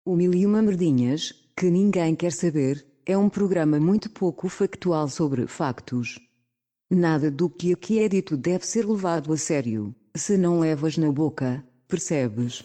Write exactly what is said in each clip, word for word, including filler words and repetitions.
O Mil e Uma Merdinhas, que ninguém quer saber, é um programa muito pouco factual sobre factos. Nada do que aqui é dito deve ser levado a sério, se não levas na boca, percebes?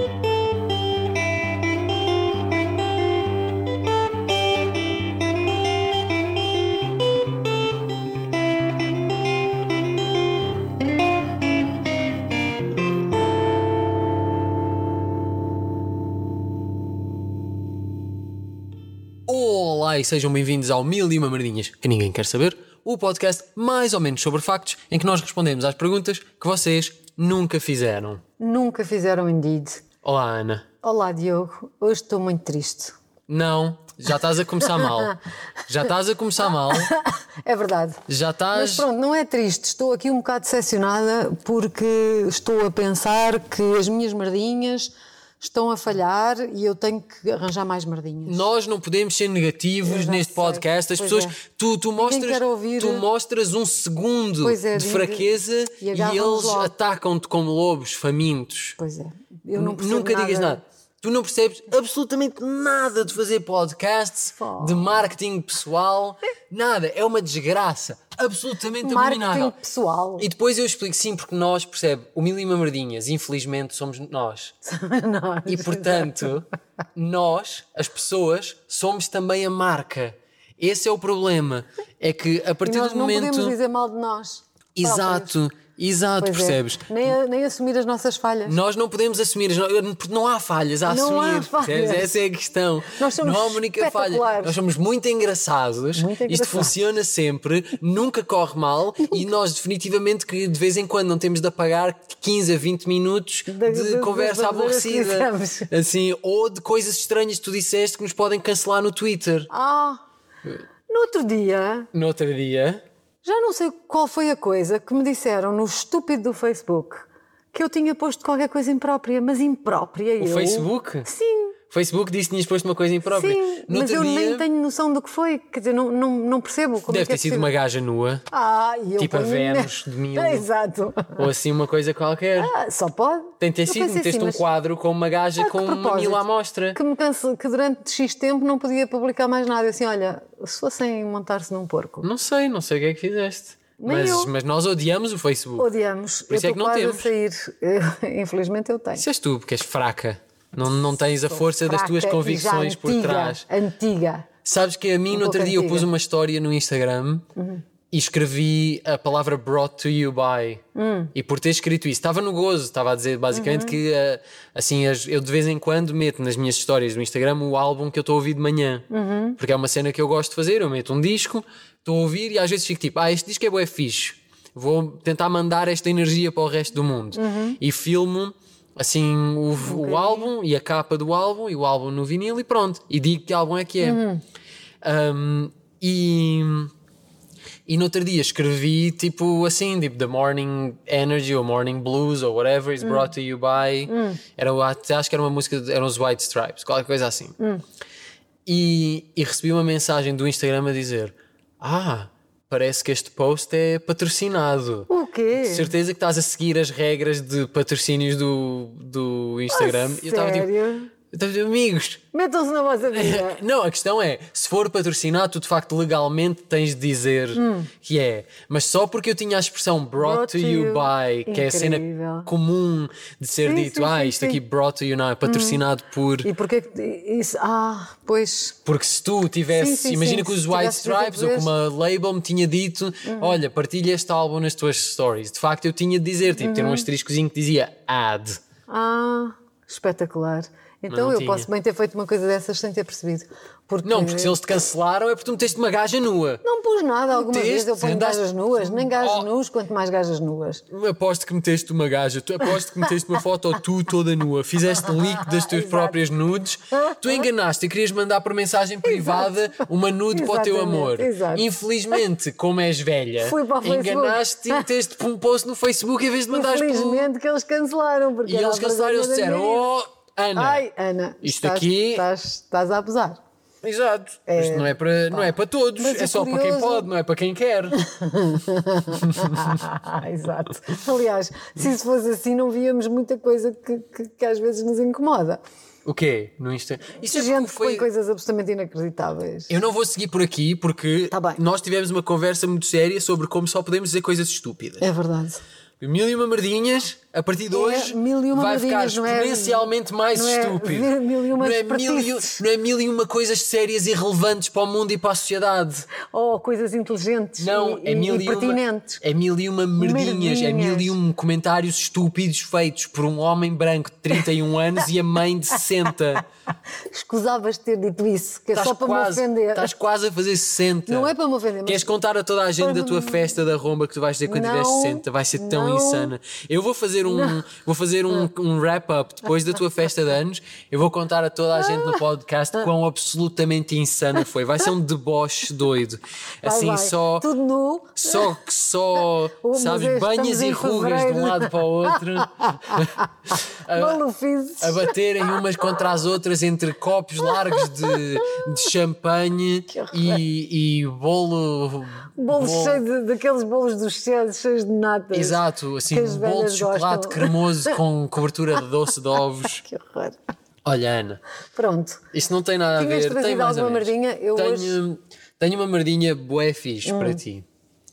Olá e sejam bem-vindos ao Mil e Uma Merdinhas, que ninguém quer saber, o podcast mais ou menos sobre factos, em que nós respondemos às perguntas que vocês nunca fizeram. Nunca fizeram, indeed. Olá, Ana. Olá, Diogo. Hoje estou muito triste. Não, já estás a começar mal. Já estás a começar mal. É verdade. Já estás... Mas pronto, não é triste. Estou aqui um bocado decepcionada porque estou a pensar que as minhas merdinhas estão a falhar e eu tenho que arranjar mais merdinhas. Nós não podemos ser negativos neste podcast. As pois pessoas... É. Tu, tu, mostras, ouvir... tu mostras um segundo é, de fraqueza e, e eles atacam-te como lobos famintos. Pois é. Eu não percebo Nunca nada. digas nada. Tu não percebes absolutamente nada de fazer podcasts, oh. de marketing pessoal, nada. É uma desgraça. Absolutamente marketing abominável. pessoal. E depois eu explico, sim, porque nós, percebe, o Mil e Uma Merdinhas, infelizmente, somos nós. nós. E portanto, nós, as pessoas, somos também a marca. Esse é o problema. É que a partir e nós do momento... não podemos dizer mal de nós. Exato. Próprios. Exato, pois percebes? É. Nem, nem assumir as nossas falhas. Nós não podemos assumir, porque não há falhas a não assumir. Há falhas. Percebes? Essa é a questão. Nós somos não há uma única falha. Nós somos muito engraçados. Muito engraçados. Isto funciona sempre, nunca corre mal e nós definitivamente que de vez em quando não temos de apagar quinze a vinte minutos de, de, de conversa de, aborrecida. Assim, ou de coisas estranhas que tu disseste que nos podem cancelar no Twitter. Ah, no outro dia... No outro dia... Já não sei qual foi a coisa que me disseram no estúpido do Facebook que eu tinha posto qualquer coisa imprópria, mas imprópria o eu... O Facebook? Sim. O Facebook disse que tinhas posto uma coisa imprópria. Sim, no mas eu dia... nem tenho noção do que foi, quer dizer, não, não, não percebo como Deve é que ter é sido possível. uma gaja nua. Ah, e eu tipo a ponho... Vênus de Milo. Exato. Ou assim uma coisa qualquer. Ah, só pode. Tem de ter sido, meteste assim, um mas... quadro com uma gaja ah, com uma mamilo à mostra. Que, me canse... que durante X tempo não podia publicar mais nada. Assim, olha, se fossem montar-se num porco. Não sei, não sei o que é que fizeste. Mas, mas nós odiamos o Facebook. Odiamos. Por isso eu é que não quase temos. A sair. Eu, infelizmente eu tenho. Isso és tu, porque és fraca. Não, não tens a Sou força das tuas convicções antiga, por trás. Antiga. Sabes que a mim, um no outro dia, antiga. eu pus uma história no Instagram uhum. e escrevi a palavra brought to you by. Hum. E por ter escrito isso, estava no gozo, estava a dizer basicamente uhum. que assim, eu de vez em quando meto nas minhas histórias do Instagram o álbum que eu estou a ouvir de manhã. Uhum. Porque é uma cena que eu gosto de fazer. Eu meto um disco, estou a ouvir e às vezes fico tipo, ah, este disco é bué fixe. Vou tentar mandar esta energia para o resto do mundo. Uhum. E filmo assim o, okay. o álbum e a capa do álbum e o álbum no vinil e pronto. E digo que álbum é que é. Uhum. Um, e, e no outro dia escrevi tipo assim, tipo The Morning Energy ou Morning Blues ou whatever is brought uhum. to you by. Uhum. Era, acho que era uma música, eram os White Stripes, qualquer coisa assim. Uhum. E, e recebi uma mensagem do Instagram a dizer: Ah, parece que este post é patrocinado. O quê? De certeza que estás a seguir as regras de patrocínios do, do Instagram. Oh, eu estava tipo, sério? eu estava tipo, amigos. Metam-se na vossa vida. Não, a questão é, se for patrocinado, tu de facto legalmente tens de dizer hum. que é. Mas só porque eu tinha a expressão brought, brought to you, you by, Incrível. Que é a cena comum de ser sim, dito, sim, ah, isto sim, aqui brought to you não é patrocinado hum. por... E porquê que isso... Ah, pois... Porque se tu tivesse, sim, sim, imagina sim, que os White Stripes ou que uma label me tinha dito, uhum. olha, partilha este álbum nas tuas stories. De facto eu tinha de dizer, tipo, uhum. ter um asteriscozinho que dizia ad. Ah, espetacular. Então eu tinha. Posso bem ter feito uma coisa dessas sem ter percebido. Porque... Não, porque se eles te cancelaram é porque tu meteste uma gaja nua. Não pus nada, alguma meteste, vez eu ponho andaste... gajas nuas, nem gajas oh. nus, quanto mais gajas nuas. Aposto que meteste uma gaja, tu, aposto que meteste uma foto tu toda nua, fizeste leak das tuas próprias nudes, tu enganaste e querias mandar por mensagem privada Exato. Uma nude para o teu amor. Exato. Infelizmente, como és velha, Fui para o enganaste e meteste um post no Facebook em vez de mandares por... Infelizmente que eles cancelaram. Porque e eles cancelaram e eles disseram, oh, Ana, Ai, Ana, isto estás, aqui... Estás, estás a abusar. Exato, é, isto não é para, não é para todos, é só curioso... para quem pode, não é para quem quer. Exato. Aliás, se isso fosse assim, não víamos muita coisa que, que, que às vezes nos incomoda. O quê? No Insta? Isso é Gente porque que foi... põe coisas absolutamente inacreditáveis. Eu não vou seguir por aqui porque Tá bem. nós tivemos uma conversa muito séria sobre como só podemos dizer coisas estúpidas. É verdade. Mil e uma merdinhas, a partir de É, hoje, mil e uma vai ficar merdinhas, não é- exponencialmente mais não é estúpido. ver mil e uma não, é mil e, espertices. não é mil e uma coisas sérias e relevantes para o mundo e para a sociedade. Ou coisas inteligentes Não, e, é mil e e, uma, pertinentes. é mil e uma merdinhas, é mil e um comentários estúpidos feitos por um homem branco de trinta e um anos e a mãe de sessenta. Escusavas de ter dito isso, que é Estás só para quase, me ofender. Estás quase a fazer sessenta. Não é para me ofender, mas... Queres contar a toda a gente Para- da tua festa da romba que tu vais ter quando Não, tiveres sessenta? Vai ser tão não. insana. Eu vou fazer um, vou fazer um, um wrap-up depois da tua festa de anos. Eu vou contar a toda a gente no podcast quão absolutamente insana foi. Vai ser um deboche doido. Vai, Assim, vai. só. Tudo nu. Só que só, Oh, sabes, mas banhas estamos e em rugas de fevereiro. um lado para o outro. Malufizes. A baterem umas contra as outras entre copos largos de, de champanhe e, e bolo. Bolos bolo- cheios de, daqueles bolos dos céus cheios de natas. Exato, assim, que as um bolo de velhas chocolate gostam. cremoso com cobertura de doce de ovos. Que horror. Olha, Ana, Pronto. isso não tem nada a Tinhas ver. Tem trazido mais ou alguma menos. merdinha? Eu tenho, hoje- tenho uma merdinha bué fixe Hum. para ti.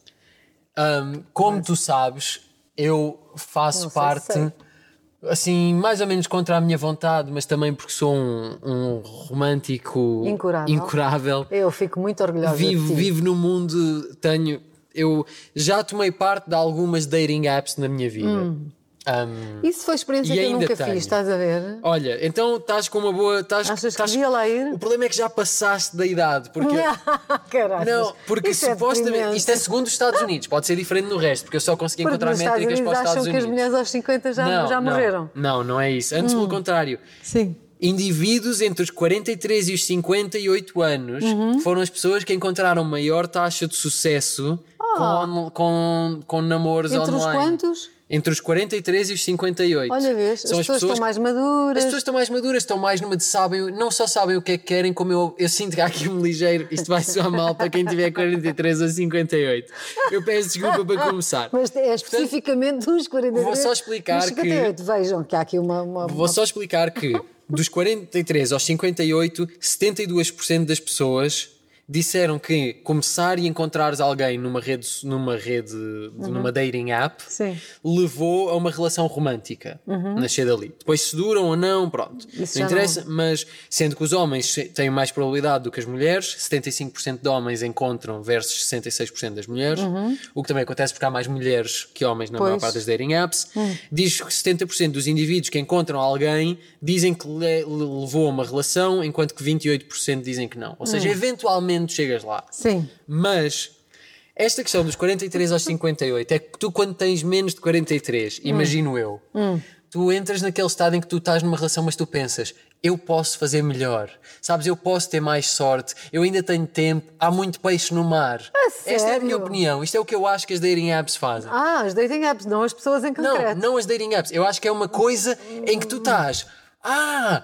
Ahm, como tu sabes, eu faço Não sei se parte, sei. assim, mais ou menos contra a minha vontade, mas também porque sou um, um romântico Incurável. incurável. Eu fico muito orgulhosa Vivo, de ti. vivo no mundo, tenho. Eu já tomei parte de algumas dating apps na minha vida. Hum. Ahm, Isso foi experiência E que eu ainda nunca tenho. fiz, estás a ver? Olha, então estás com uma boa. Estás, Achas que estás- devia lá ir? O problema é que já passaste da idade, porque. Caralho. Não, porque Isso é supostamente. deprimente. Isto é segundo os Estados Unidos, pode ser diferente do resto, porque eu só consegui Porque encontrar nos Estados métricas Unidos para os acham Estados que as Unidos. mulheres aos cinquenta já, não, já não, morreram. Não, não é isso. Antes, pelo contrário. Sim. Indivíduos entre os quarenta e três e os cinquenta e oito anos Uhum. foram as pessoas que encontraram maior taxa de sucesso com, com, com namoros Ah. Entre os online. quantos? Entre os quarenta e três e os cinquenta e oito. Olha, vês, as São pessoas, estão mais maduras. As pessoas estão mais maduras, estão mais numa de sabem, não só sabem o que é que querem, como eu, eu sinto que há aqui um ligeiro. Isto vai soar mal para quem tiver quarenta e três ou cinquenta e oito. Eu peço desculpa para começar. Mas é especificamente dos quarenta e três. vou só explicar dos cinquenta e oito. Vejam que há aqui uma. uma, Vou uma... só explicar que dos quarenta e três aos cinquenta e oito, setenta e dois por cento das pessoas disseram que começar e encontrares alguém numa rede, numa rede, numa dating app, Sim. levou a uma relação romântica. Nascer dali. Depois se duram ou não, pronto. Isso não já interessa, mas sendo que os homens têm mais probabilidade do que as mulheres, setenta e cinco por cento de homens encontram versus sessenta e seis por cento das mulheres, o que também acontece porque há mais mulheres que homens na Pois. maior parte das dating apps. Diz que setenta por cento dos indivíduos que encontram alguém dizem que le- le- levou a uma relação, enquanto que vinte e oito por cento dizem que não. Ou seja, eventualmente chegas lá. Sim. Mas esta questão dos quarenta e três aos cinquenta e oito é que tu, quando tens menos de quarenta e três, imagino eu, tu entras naquele estado em que tu estás numa relação, mas tu pensas, eu posso fazer melhor, sabes, eu posso ter mais sorte, eu ainda tenho tempo, há muito peixe no mar. Esta é a sério? minha opinião, isto é o que eu acho que as dating apps fazem. Ah, as dating apps, não as pessoas em Não, concreto. não as dating apps. Eu acho que é uma coisa em que tu estás. Ah,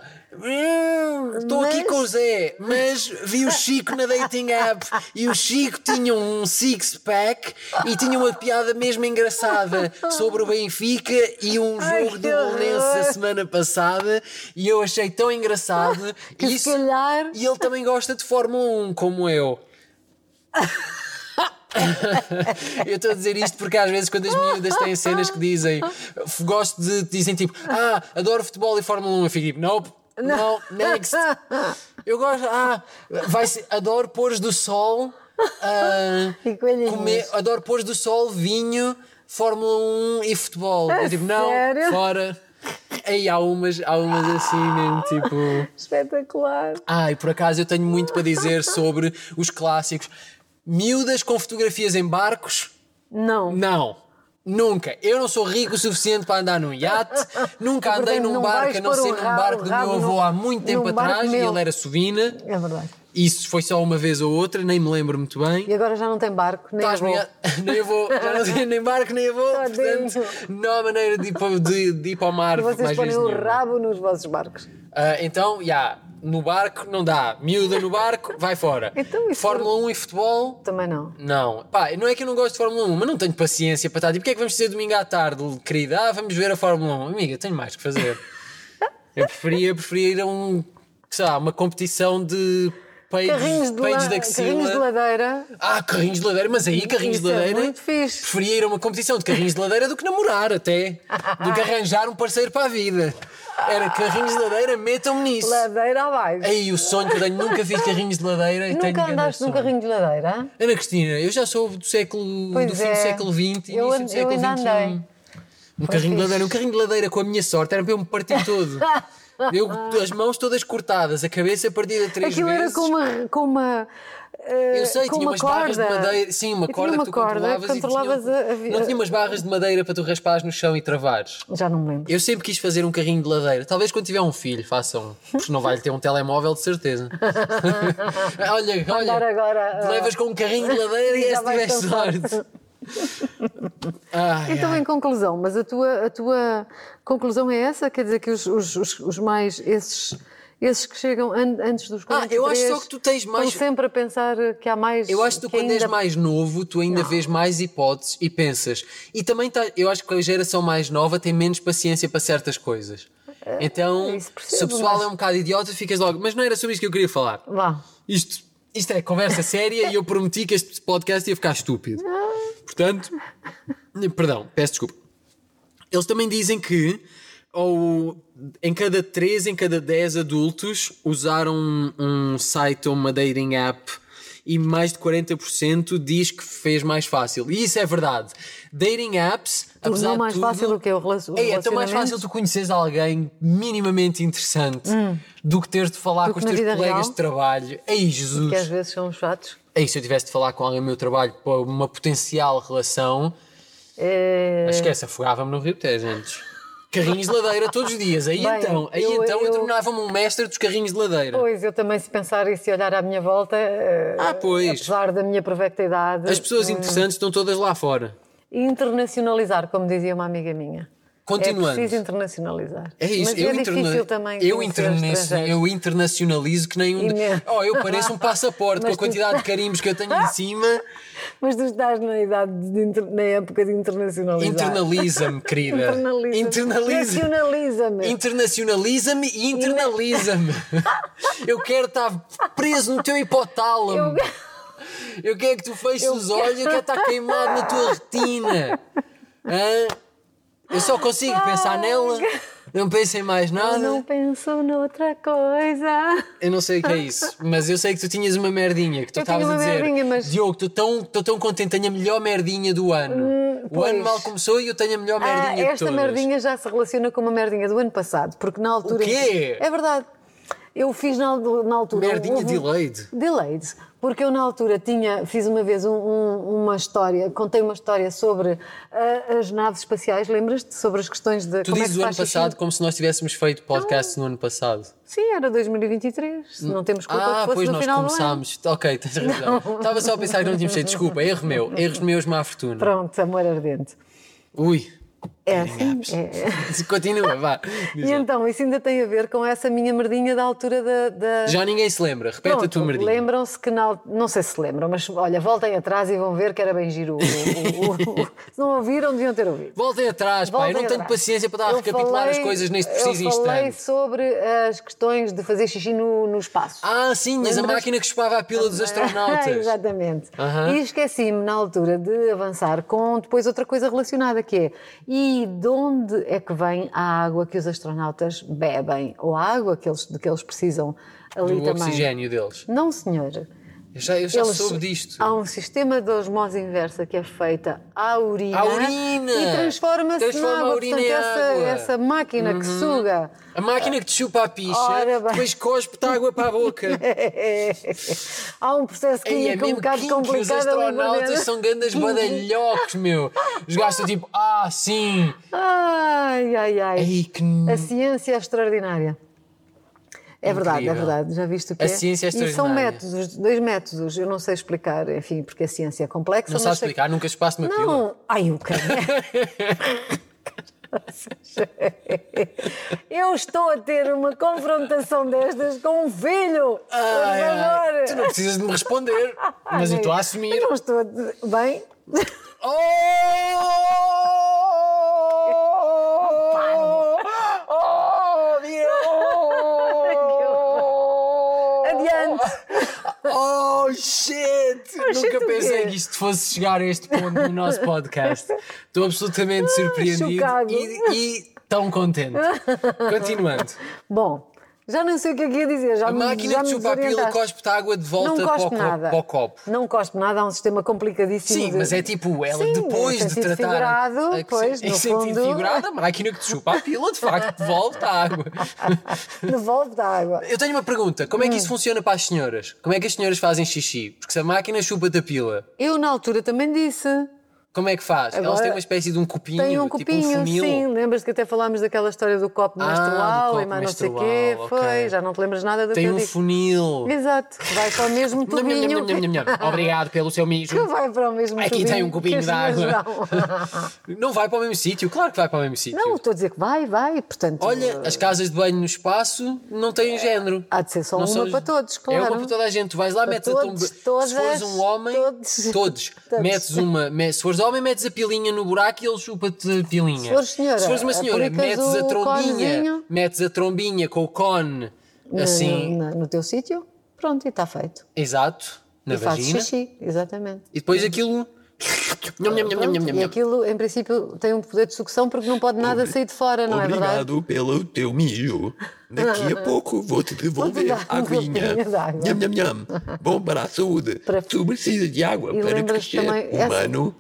hum, estou aqui Mas- com o Zé, mas vi o Chico na dating app e o Chico tinha um six-pack e tinha uma piada mesmo engraçada sobre o Benfica e um Ai, jogo que do Bolonense horror. a semana passada e eu achei tão engraçado. Que e se calhar- E ele também gosta de Fórmula um, como eu. Eu estou a dizer isto porque às vezes quando as miúdas têm cenas que dizem gosto de, dizem tipo, ah, adoro futebol e Fórmula um, eu fico tipo, nope, não, next. Eu gosto, ah, vai ser, adoro pôres do sol, ah, E coelhinhos. comer, adoro pôres do sol, vinho, Fórmula um e futebol. Eu tipo, não, sério? fora. Aí há umas, há umas assim mesmo, tipo. Espetacular. Ah, e por acaso eu tenho muito para dizer sobre os clássicos. Miúdas com fotografias em barcos? Não. Não. Nunca. Eu não sou rico o suficiente para andar num iate. Nunca E, andei portanto, num não barco, vais a não pôr ser o num rabo- barco do rabo meu avô num- há muito tempo num barco atrás e meu. ele era sovina. É verdade. Isso foi só uma vez ou outra, nem me lembro muito bem. E agora já não tem barco, nem Estás avô. no iate- nem eu vou, já não tenho nem barco nem eu vou, Tadinho. portanto não há maneira de ir para, de, de ir para o mar E vocês mais põem vezes o nenhuma. rabo nos vossos barcos. Ah, então, já, no barco não dá. Miúda no barco, vai fora. Então isso- Fórmula um e futebol, Também não. não. Pá, não é que eu não gosto de Fórmula um, mas não tenho paciência para estar. Tipo, o que é que vamos fazer domingo à tarde, querida? Ah, vamos ver a Fórmula um. Amiga, tenho mais que fazer. Eu preferia, preferia ir a um, sei lá, uma competição de peidos, Carrinhos de, peidos la... da axila. carrinhos de ladeira. Ah, carrinhos de ladeira, mas aí carrinhos Isso de é ladeira. muito fixe. Preferia ir a uma competição de carrinhos de ladeira do que namorar, até. Do que arranjar um parceiro para a vida. Era carrinhos de ladeira, metam-me nisso. Ladeira abaixo. Aí o sonho que eu tenho, nunca fiz carrinhos de ladeira. E Nunca tenho andaste num sonho. carrinho de ladeira? Ana Cristina, eu já sou do século Pois do fim é. do século vinte, Eu início and- do século eu ainda vinte e um. andei. Um Pois carrinho de fixe. ladeira, um carrinho de ladeira com a minha sorte, era para eu me partir todo. Eu, as mãos todas cortadas, a cabeça partida três Aquilo vezes. era com uma. Com uma eh, Eu sei, com tinha uma umas barras de corda. madeira. Sim, uma Eu tinha corda uma que tu corda controlavas, que controlavas e tinha, a- a- não tinha umas barras de madeira para tu raspares no chão e travares. Já não me lembro. Eu sempre quis fazer um carrinho de ladeira. Talvez quando tiver um filho façam, porque não vai ter um telemóvel de certeza. olha, Andar olha, agora, te ah, levas com um carrinho de ladeira e é já se vais tiveres cansar. sorte. Ai, Então, ai. em conclusão, mas a tua, a tua conclusão é essa? Quer dizer que os, os, os, os mais. Esses, esses que chegam an, antes dos quarenta e três Ah, eu acho só que tu tens mais- estão sempre a pensar que há mais. Eu acho que tu, quando ainda... és mais novo, tu ainda vês mais hipóteses e pensas. E também tá, eu acho que a geração mais nova tem menos paciência para certas coisas. Então, isso percebo, se o pessoal mas- é um bocado idiota, ficas logo. Mas não era sobre isso que eu queria falar. Vá. Isto, isto é conversa séria e eu prometi que este podcast ia ficar estúpido. Portanto, perdão, peço desculpa. Eles também dizem que ou, em cada três, em cada dez adultos usaram um, um site ou uma dating app e mais de quarenta por cento diz que fez mais fácil. E isso é verdade. Dating apps, apesar Tornou de mais tudo, fácil o quê? O relacion- é, é tão mais relacionamento? fácil tu conheceres alguém minimamente interessante do que teres de falar Do com que os na teus vida colegas real? de trabalho. Ei, Jesus! Que às vezes são chatos. Ei, se eu tivesse de falar com alguém do meu trabalho para uma potencial relação, É... esquece, afogava-me no Rio Tejo antes. Carrinhos de ladeira todos os dias. Aí Bem, então, aí eu- então eu, eu- tornava-me um mestre dos carrinhos de ladeira. Pois, eu também, se pensar e se olhar à minha volta, eh, Ah, pois. apesar da minha perfeita idade, As pessoas hum, interessantes estão todas lá fora. internacionalizar, como dizia uma amiga minha. Continuando. É preciso internacionalizar. É isso, Mas eu, é interna- difícil também eu, conhecer interna- estrangeiros. eu internacionalizo que nem um. Imenso. Oh, eu pareço um passaporte com Mas a quantidade tu- de carimbos que eu tenho em cima. Mas tu estás na idade, de inter- na época de internacionalizar. Internaliza-me, querida. Internaliza-me. Internaliza. Nacionaliza-me. Internacionaliza-me e internaliza-me. Eu quero estar preso no teu hipotálamo. Eu quero que tu feches os olhos, eu quero estar queimado na tua retina. Hã? Eu só consigo pensar nela. Não penso em mais nada. Eu não penso noutra coisa. Eu não sei o que é isso, mas eu sei que tu tinhas uma merdinha, que tu Eu tinha estavas a uma dizer, merdinha, mas- Diogo, estou tão, estou tão contente, tenho a melhor merdinha do ano. o pois. ano mal começou e eu tenho a melhor Ah, merdinha de esta todas. merdinha já se relaciona com uma merdinha do ano passado, porque na altura. O quê? É verdade. Eu fiz na, na altura. Merdinha houve- delayed. Delayed. Porque eu na altura tinha, fiz uma vez um- um- uma história, contei uma história sobre ah, as naves espaciais, lembras-te? Sobre as questões de. Tu como é dizes que o se ano faz xixi? passado como se nós tivéssemos feito podcast no ano passado. Sim, era dois mil e vinte e três. Se não temos culpa Ah, que fosse pois no nós final começámos. Ok, tens razão. Estava só a pensar que não tínhamos feito. Desculpa, erro meu. Erros meus, má fortuna. do ano. Pronto, amor ardente. Ui. É assim. É. Continua, vá. Diz E lá. então, isso ainda tem a ver com essa minha merdinha da altura da. da... Já ninguém se lembra. Repete a tua Pronto, merdinha. lembram-se que, na, não sei se lembram, mas olha, voltem atrás e vão ver que era bem giro. O, o- o- o- se não ouviram, deviam ter ouvido. Voltem atrás, pá. Eu Voltem não tenho atrás. paciência para estar a Eu recapitular falei- as coisas neste preciso Eu falei instante. sobre as questões de fazer xixi no, no espaço. Ah, sim, mas a Lembras? máquina que chupava a pila dos astronautas. Exatamente. Aham. E esqueci-me na altura de avançar com depois outra coisa relacionada que é: e de onde é que vem a água que os astronautas bebem? Ou a água que eles, de que eles precisam ali Do também? oxigênio deles. Não, senhor. Eu já, eu já Eles- soube disto. Há um sistema de osmose inversa que é feita à urina, À urina! e transforma-se Transforma na a água. urina Portanto, em essa, água. Uhum. essa máquina que suga. A máquina que te chupa a picha, Ora bem. depois cospe-te água para a boca. Há um processo Ei, é químico um mesmo bocado kinky, os complicado ali por astronautas dentro. são grandes badalhocos, meu. Os gajos estão tipo, ah, sim. Ai, ai, ai. Ei, que... A ciência é extraordinária. É verdade, é Incrível. verdade. Já viste o que A é? ciência é E são extraordinária. métodos, dois métodos. Eu não sei explicar, enfim, porque a ciência é complexa. Não mas sabes sei- explicar, nunca chupaste uma pila. Não. Ai, o cara. Eu estou a ter uma confrontação destas com um filho. Por Ai, ai, favor. tu não precisas de me responder, mas eu estou a assumir. Eu não estou a dizer- Bem. Oh! Oh, Diogo! adiante. Oh shit! Oh, shit, Nunca o pensei quê? que isto fosse chegar a este ponto no nosso podcast. Estou absolutamente surpreendido chocado. e, e tão contente. Continuando. Bom, já não sei o que é que ia dizer. Já A me, máquina já que me chupa a pila desorientaste. cospe-te água de volta Não para o, cospe copo, nada. para o copo. Não cospe nada, há um sistema complicadíssimo. Sim, de... mas é tipo, ela Sim, depois em de sentido tratar. figurado, a- pois, em no sentido fundo. figurado, a máquina que te chupa a pila de facto devolve a água. Devolve da água. Eu tenho uma pergunta: como é que isso Hum. funciona para as senhoras? Como é que as senhoras fazem xixi? Porque se a máquina chupa-te a pila, Eu, na altura, também disse. como é que faz? Elas Agora, têm uma espécie de um copinho, Tem um tipo copinho, um funil. sim. Lembras-te que até falámos daquela história do copo Ah, menstrual do copo e mais não sei o quê? menstrual, Foi, ok. já não te lembras nada do Tem que eu um disse. funil. Exato, vai para o mesmo Nham, nham, tubinho. nham, nham, nham, nham. Obrigado pelo seu mijo. Que vai para o mesmo Aqui tubinho. tem um copinho que de as senhoras água. dão. Não vai para o mesmo sítio? Claro que vai para o mesmo sítio. Não, estou a dizer que vai, vai, portanto... Olha, as casas de banho no espaço não têm género. Há de ser só Não uma são- para todos, É claro. uma para toda a gente. Tu vais lá, metes todos, a tomba. todas, Se fores um homem, todos. todos. Todos. Metes uma. me- Se fores homem, metes a pilinha no buraco e ele chupa-te a pilinha. Se fores senhora, Se fores uma senhora, aplicas metes a o trombinha. conezinho. Metes a trombinha com o cone. Assim. No, no- no teu sítio, pronto, e está feito. Exato. Na e fazes vagina. xixi, exatamente. E depois aquilo. Nham, nham, nham, nham, Pronto, nham, e nham. aquilo, em princípio, tem um poder de sucção porque não pode nada sair de fora, não é verdade? Obrigado pelo teu mijo. Daqui a pouco vou-te devolver Vou-te dar a um aguinha. copinho de água. Nham, nham, nham. Bom para a saúde. Para- Tu precisas de água E para lembras-te crescer. também- essa- Humano.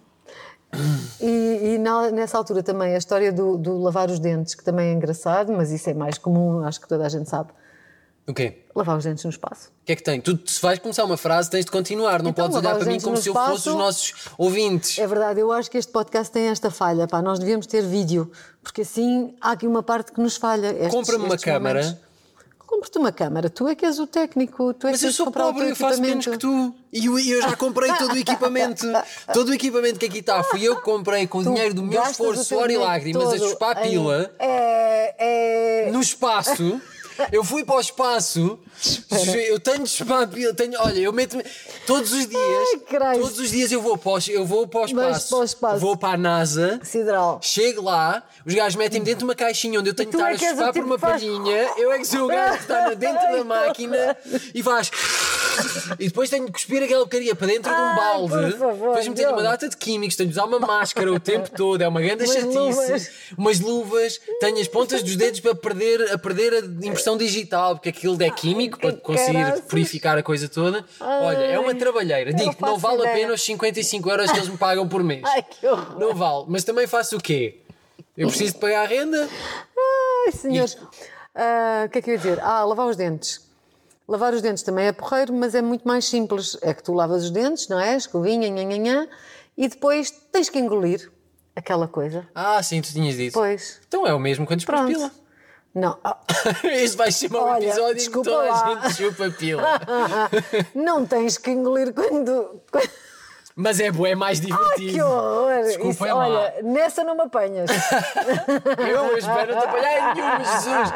E, e na- nessa altura também a história do, do lavar os dentes, que também é engraçado, mas isso é mais comum, acho que toda a gente sabe. O quê? Lavar os dentes no espaço. O que é que tem? Tu, se vais começar uma frase, tens de continuar. Não Então, podes lavar olhar os para mim dentes como no se eu espaço- fosse os nossos ouvintes. É verdade, eu acho que este podcast tem esta falha, pá, nós devíamos ter vídeo, porque assim há aqui uma parte que nos falha. Estes- Compra-me uma estes câmara. momentos. Compra-te uma câmara, tu é que és o técnico, tu é Mas que eu tens de sou comprar o pobre, teu eu faço menos que equipamento. tu. E eu, eu já comprei todo o equipamento. Todo o equipamento que aqui está. Fui eu que comprei com o Tu dinheiro do meu gastas esforço, o teu suor e dinheiro lágrimas a todo chupar a em- pila É, é... no espaço. Eu fui para o espaço, eu tenho de chupar a pila, tenho, olha, eu meto-me todos os dias, Ai, Christ. todos os dias eu vou para o, eu vou para o Vais espaço, para o espaço. vou para a NASA, Sideral. chego lá, os gajos metem-me dentro de uma caixinha onde eu tenho de tu estar é a que és o chupar por tipo uma que faz- palhinha, eu é que sou o gajo que está dentro da máquina e faz. E depois tenho de cuspir aquela porcaria para dentro de um Ai, balde, por favor, depois meter uma Diogo. data de químicos, tenho de usar uma máscara o tempo todo, é uma grande Umas chatice, luvas. umas luvas, tenho as pontas dos dedos para perder, a perder a impressão digital, porque aquilo é químico para que conseguir caraças. purificar a coisa toda. Olha, é uma trabalheira. não Digo, não faço vale a ideia. pena os cinquenta e cinco euros que eles me pagam por mês. Ai, que horror. Não vale. Mas também faço o quê? Eu preciso de pagar a renda? Ai, senhores. Ah, o que é que eu ia dizer? Ah, lavar os dentes. Lavar os dentes também é porreiro, mas é muito mais simples. É que tu lavas os dentes, não é? Escovinha, nhanhanhã, e depois tens que engolir aquela coisa. Ah, sim, tu tinhas dito. Pois. Então é o mesmo quando chupas Pronto. pila. Não. Ah, Este vai ser um Olha, episódio em que desculpa toda a lá. gente chupa pila. não tens que engolir quando. Mas é bué, é mais divertido. Que horror! Desculpem Isso, lá. olha, nessa não me apanhas. Eu espero não te apanhar em nenhum, Jesus.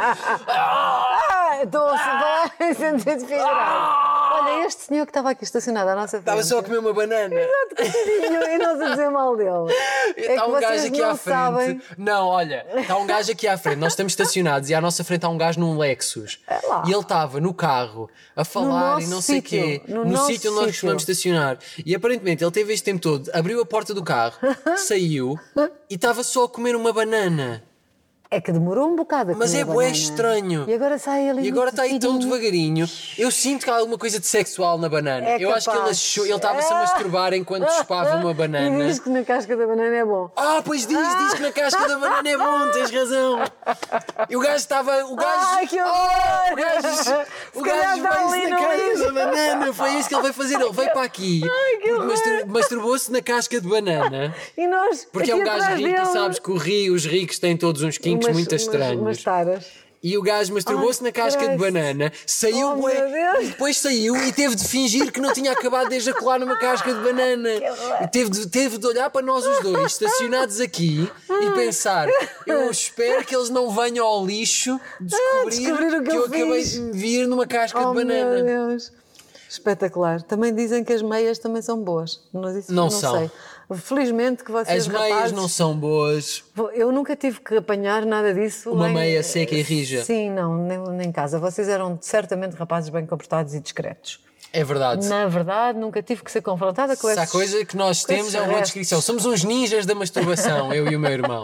Ah, estou a falar em sentido figurado. Olha, este senhor que estava aqui estacionado à nossa frente. Estava só a comer uma banana. Coitadinho, e nós a dizer mal dele. É Está que um vocês gajo aqui não à frente. sabem. Não, olha, está um gajo aqui à frente. Nós estamos estacionados e à nossa frente há um gajo num Lexus. É lá. E ele estava no carro a falar nosso e não sei o quê. sítio, no No nosso sítio onde nós sítio. costumamos estacionar. E aparentemente ele teve este tempo todo, abriu a porta do carro, saiu e estava só a comer uma banana. É que demorou um bocado a Mas comer é a bué banana. estranho. E agora sai ali E agora muito está aí tão fininho. devagarinho. Eu sinto que há alguma coisa de sexual na banana. É Eu acho que ele capaz. achou, ele estava-se a Ah. masturbar enquanto chupava uma E banana. diz que na casca da banana é bom. Ah, pois diz, diz que na casca da banana é bom, tens razão. E o gajo estava. O gajo. Ai, que horror! Oh, o gajo, o calhar gajo está veio-se ali na no casca lixo. da banana. Foi isso que ele veio fazer. Ele veio para aqui. Ai, que porque horror! mastur- masturbou-se na casca de banana. E nós. Porque é aqui um gajo atrás rico e dele, sabes que o rio, os ricos têm todos uns quinques umas- muito umas- estranhos. Umas taras. E o gajo masturbou-se Ai, na casca de Christ. banana, saiu, Oh, bué, meu Deus. e depois saiu e teve de fingir que não tinha acabado de ejacular numa casca de banana. E teve de, teve de olhar para nós os dois, estacionados aqui, e pensar: eu espero que eles não venham ao lixo descobrir, descobrir o que que eu eu acabei fiz. de me vir numa casca Oh, de banana. meu Deus. Espetacular. Também dizem que as meias também são boas. Mas isso Não não são. sei. Felizmente que vocês, As meias rapazes, não são boas. eu nunca tive que apanhar nada disso. Uma em- meia seca e rija. Sim, não, nem, nem em casa. Vocês eram certamente rapazes bem comportados e discretos. É verdade. Na verdade, nunca tive que ser confrontada com Se há esses... coisa que nós com temos esses é uma boa restos. descrição. Somos uns ninjas da masturbação, eu e o meu irmão.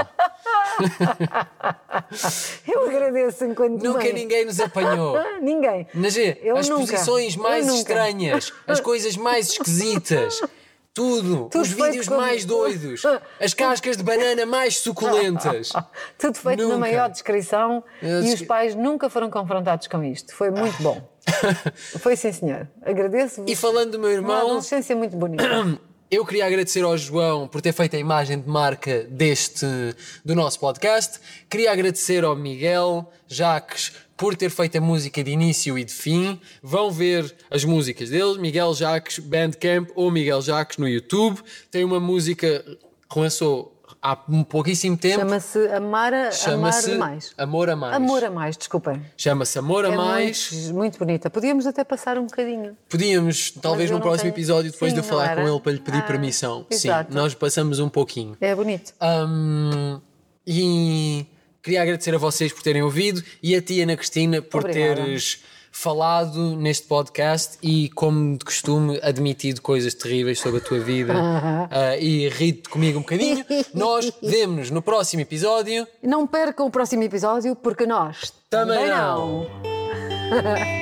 Eu agradeço enquanto Nunca mãe. ninguém nos apanhou. Ninguém. Nas Eu as nunca. posições mais Eu nunca. estranhas, as coisas mais esquisitas, tudo, Tudo os feito vídeos como- mais doidos, as cascas de banana mais suculentas. Tudo feito Nunca. na maior discrição Eu e dis- os pais nunca foram confrontados com isto. Foi muito bom. Foi sim, senhor. Agradeço-vos. E falando do meu Uma irmão, adolescência muito bonita. eu queria agradecer ao João por ter feito a imagem de marca deste, do nosso podcast. Queria agradecer ao Miguel Jacques por ter feito a música de início e de fim. Vão ver as músicas deles, Miguel Jacques Bandcamp ou Miguel Jacques no YouTube. Tem uma música que lançou há um pouquíssimo tempo. Chama-se Amar, a- Amar Chama-se Demais. Amor a Mais. Amor a Mais, desculpem. Chama-se Amor a É Mais. muito, muito bonita. Podíamos até passar um bocadinho. Podíamos, talvez eu no não próximo tenho- episódio, depois Sim, de eu não falar era? com ele para lhe pedir Ah, permissão. exato. Sim, nós passamos um pouquinho. É bonito. Hum, e queria agradecer a vocês por terem ouvido e a ti, Ana Cristina, por Obrigada. teres falado neste podcast e, como de costume, admitido coisas terríveis sobre a tua vida ah, e rido comigo um bocadinho. Nós vemo-nos no próximo episódio. Não percam o próximo episódio porque nós Também também não. não.